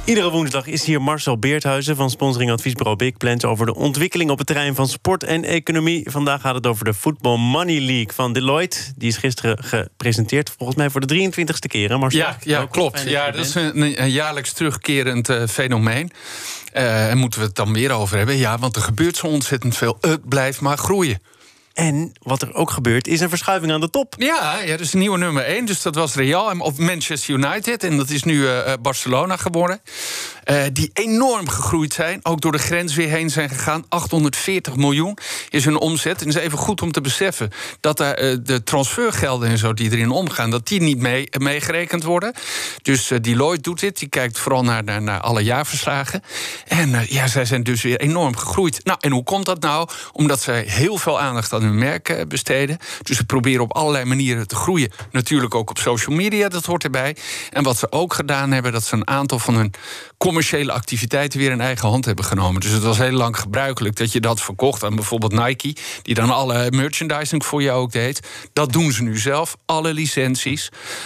Iedere woensdag is hier Marcel Beerthuizen van sponsoring adviesbureau Big Plans over de ontwikkeling op het terrein van sport en economie. Vandaag gaat het over de Football Money League van Deloitte. Die is gisteren gepresenteerd, volgens mij voor de 23e keer, hè Marcel? Ja, klopt. Ja, dat is een jaarlijks terugkerend fenomeen. En moeten we het dan weer over hebben? Ja, want er gebeurt zo ontzettend veel. Het blijft maar groeien. En wat er ook gebeurt, is een verschuiving aan de top. Ja, dat is een nieuwe nummer 1. Dus dat was Real of Manchester United. En dat is nu Barcelona geworden. Die enorm gegroeid zijn. Ook door de grens weer heen zijn gegaan. 840 miljoen is hun omzet. En het is even goed om te beseffen dat de transfergelden en zo die erin omgaan, dat die niet meegerekend worden. Dus Deloitte doet dit. Die kijkt vooral naar alle jaarverslagen. En zij zijn dus weer enorm gegroeid. Nou, en hoe komt dat nou? Omdat zij heel veel aandacht aan hun merk besteden. Dus ze proberen op allerlei manieren te groeien. Natuurlijk ook op social media, dat hoort erbij. En wat ze ook gedaan hebben, dat ze een aantal van hun commerciële activiteiten weer in eigen hand hebben genomen. Dus het was heel lang gebruikelijk dat je dat verkocht aan bijvoorbeeld Nike, die dan alle merchandising voor je ook deed. Dat doen ze nu zelf, alle licenties.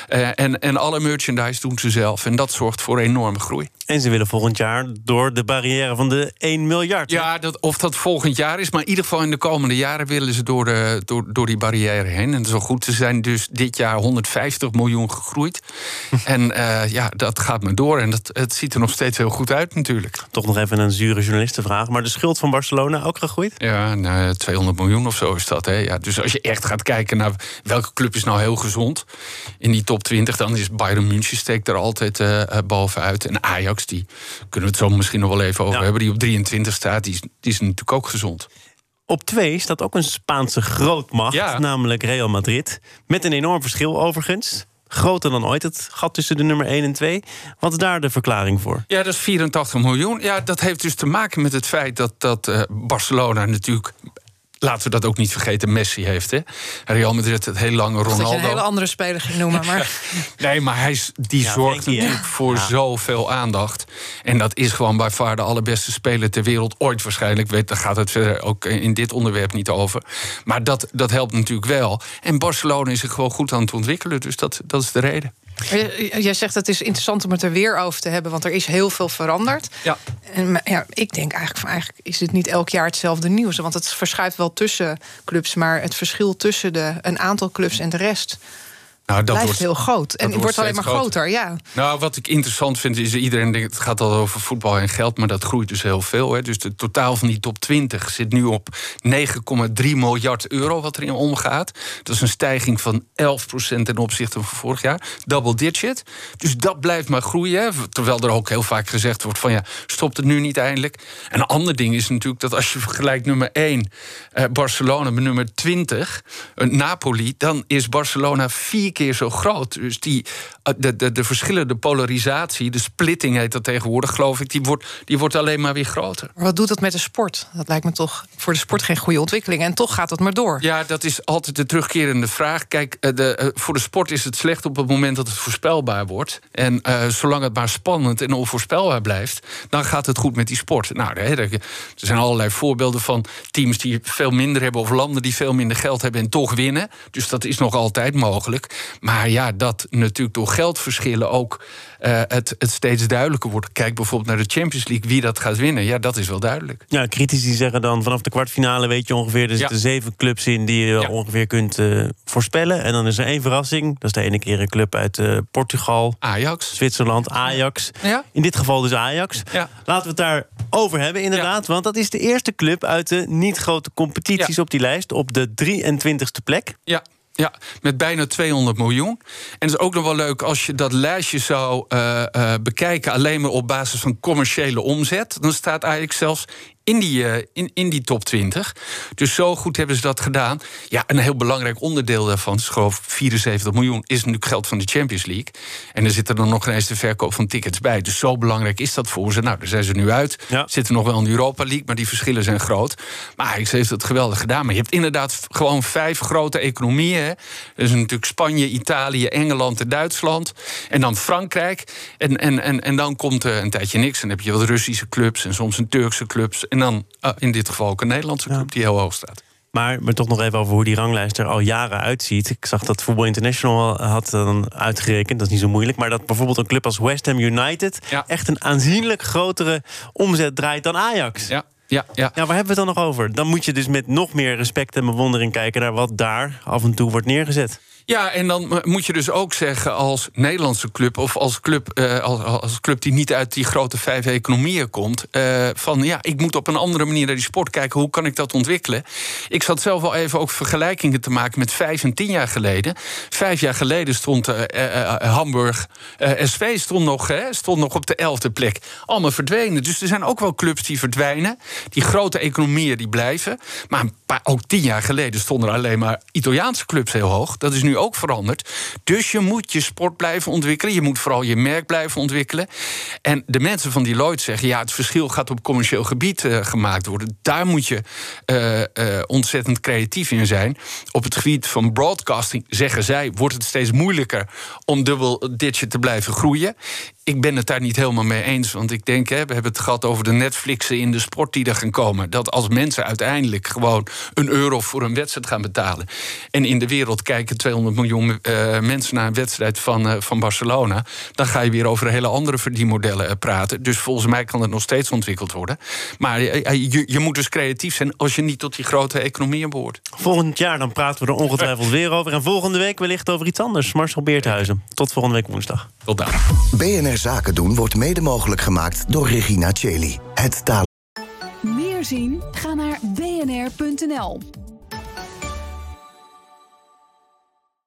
En alle merchandise doen ze zelf. En dat zorgt voor enorme groei. En ze willen volgend jaar door de barrière van de 1 miljard. Ja, of dat volgend jaar is, maar in ieder geval in de komende jaren willen ze door die barrière heen. En zo goed, ze zijn dus dit jaar 150 miljoen gegroeid. En dat gaat maar door. En het ziet er nog steeds heel goed uit natuurlijk. Toch nog even een zure journalistenvraag. Maar de schuld van Barcelona ook gegroeid? Ja, 200 miljoen of zo is dat. Hè? Ja, dus als je echt gaat kijken naar welke club is nou heel gezond in die top 20... dan is Bayern München steekt er altijd bovenuit. En Ajax, die kunnen we het zo misschien nog wel even over hebben, die op 23 staat, die is natuurlijk ook gezond. Op 2 staat ook een Spaanse grootmacht, namelijk Real Madrid. Met een enorm verschil overigens. Groter dan ooit, het gat tussen de nummer 1 en 2. Wat is daar de verklaring voor? Ja, dat is 84 miljoen. Ja, dat heeft dus te maken met het feit dat Barcelona natuurlijk, laten we dat ook niet vergeten, Messi heeft. Hè? Real Madrid het heel lange Ronaldo. Dat je een hele andere speler ging noemen. Maar nee, maar die zorgt natuurlijk voor zoveel aandacht. En dat is gewoon bij far de allerbeste speler ter wereld ooit waarschijnlijk. Daar gaat het verder ook in dit onderwerp niet over. Maar dat helpt natuurlijk wel. En Barcelona is zich gewoon goed aan het ontwikkelen. Dus dat is de reden. Jij zegt het is interessant om het er weer over te hebben, want er is heel veel veranderd. Ja. En ik denk eigenlijk is dit niet elk jaar hetzelfde nieuws. Want het verschuift wel tussen clubs, maar het verschil tussen een aantal clubs en de rest blijft heel groot. En het wordt alleen maar groter, ja. Nou, wat ik interessant vind is, iedereen denkt het gaat al over voetbal en geld, maar dat groeit dus heel veel. Hè. Dus het totaal van die top 20 zit nu op 9,3 miljard euro wat erin omgaat. Dat is een stijging van 11% ten opzichte van vorig jaar. Double digit. Dus dat blijft maar groeien. Hè. Terwijl er ook heel vaak gezegd wordt van stopt het nu niet eindelijk. En een ander ding is natuurlijk dat als je vergelijkt nummer 1 Barcelona met nummer 20 Napoli, dan is Barcelona 4 keer zo groot. Dus de verschillende polarisatie, de splitting heet dat tegenwoordig, geloof ik, die wordt alleen maar weer groter. Maar wat doet dat met de sport? Dat lijkt me toch voor de sport geen goede ontwikkeling. En toch gaat het maar door. Ja, dat is altijd de terugkerende vraag. Kijk, voor de sport is het slecht op het moment dat het voorspelbaar wordt. En zolang het maar spannend en onvoorspelbaar blijft, dan gaat het goed met die sport. Nou, er zijn allerlei voorbeelden van teams die veel minder hebben of landen die veel minder geld hebben en toch winnen. Dus dat is nog altijd mogelijk. Maar dat natuurlijk door geldverschillen ook het steeds duidelijker wordt. Kijk bijvoorbeeld naar de Champions League, wie dat gaat winnen. Ja, dat is wel duidelijk. Ja, critici zeggen dan vanaf de kwartfinale weet je ongeveer, er zitten 7 clubs in die je ongeveer kunt voorspellen. En dan is er 1 verrassing. Dat is de ene keer een club uit Portugal, Ajax, Zwitserland, Ajax. Ja. In dit geval dus Ajax. Ja. Laten we het daarover hebben inderdaad. Want dat is de eerste club uit de niet grote competities op die lijst. Op de 23e plek. Ja, met bijna 200 miljoen. En het is ook nog wel leuk als je dat lijstje zou bekijken alleen maar op basis van commerciële omzet. Dan staat Ajax zelfs in die top 20. Dus zo goed hebben ze dat gedaan. Ja, een heel belangrijk onderdeel daarvan, is geloof 74 miljoen, is natuurlijk geld van de Champions League. En er zit er dan nog ineens de verkoop van tickets bij. Dus zo belangrijk is dat voor ze. Nou, daar zijn ze nu uit. Zitten nog wel in de Europa League, maar die verschillen zijn groot. Maar Ajax heeft het geweldig gedaan. Maar je hebt inderdaad gewoon 5 grote economieën. Hè. Dus natuurlijk Spanje, Italië, Engeland en Duitsland. En dan Frankrijk. En dan komt een tijdje niks. Dan heb je wat Russische clubs en soms een Turkse clubs. En dan in dit geval ook een Nederlandse club die heel hoog staat. Maar toch nog even over hoe die ranglijst er al jaren uitziet. Ik zag dat Voetbal International had dan uitgerekend, dat is niet zo moeilijk, maar dat bijvoorbeeld een club als West Ham United echt een aanzienlijk grotere omzet draait dan Ajax. Ja, waar hebben we het dan nog over? Dan moet je dus met nog meer respect en bewondering kijken naar wat daar af en toe wordt neergezet. Ja, en dan moet je dus ook zeggen als Nederlandse club of als club die niet uit die grote 5 economieën komt, ik moet op een andere manier naar die sport kijken. Hoe kan ik dat ontwikkelen? Ik zat zelf wel even ook vergelijkingen te maken met 5 en 10 jaar geleden. 5 jaar geleden stond Hamburg SV stond nog op de 11e plek. Allemaal verdwenen. Dus er zijn ook wel clubs die verdwijnen. Die grote economieën die blijven. Maar ook 10 jaar geleden stonden er alleen maar Italiaanse clubs heel hoog. Dat is nu ook veranderd. Dus je moet je sport blijven ontwikkelen. Je moet vooral je merk blijven ontwikkelen. En de mensen van Deloitte zeggen, het verschil gaat op commercieel gebied gemaakt worden. Daar moet je ontzettend creatief in zijn. Op het gebied van broadcasting, zeggen zij, wordt het steeds moeilijker om dubbel digit te blijven groeien. Ik ben het daar niet helemaal mee eens. Want ik denk, we hebben het gehad over de Netflixen in de sport die er gaan komen. Dat als mensen uiteindelijk gewoon €1 voor een wedstrijd gaan betalen. En in de wereld kijken 200 miljoen mensen naar een wedstrijd van Barcelona. Dan ga je weer over hele andere verdienmodellen praten. Dus volgens mij kan het nog steeds ontwikkeld worden. Maar je moet dus creatief zijn als je niet tot die grote economieën behoort. Volgend jaar dan praten we er ongetwijfeld weer over. En volgende week wellicht over iets anders. Marcel Beerthuizen. Tot volgende week woensdag. Tot dan. BNR Zaken doen wordt mede mogelijk gemaakt door Regina Cheli. Het taal. Meer zien? Ga naar bnr.nl.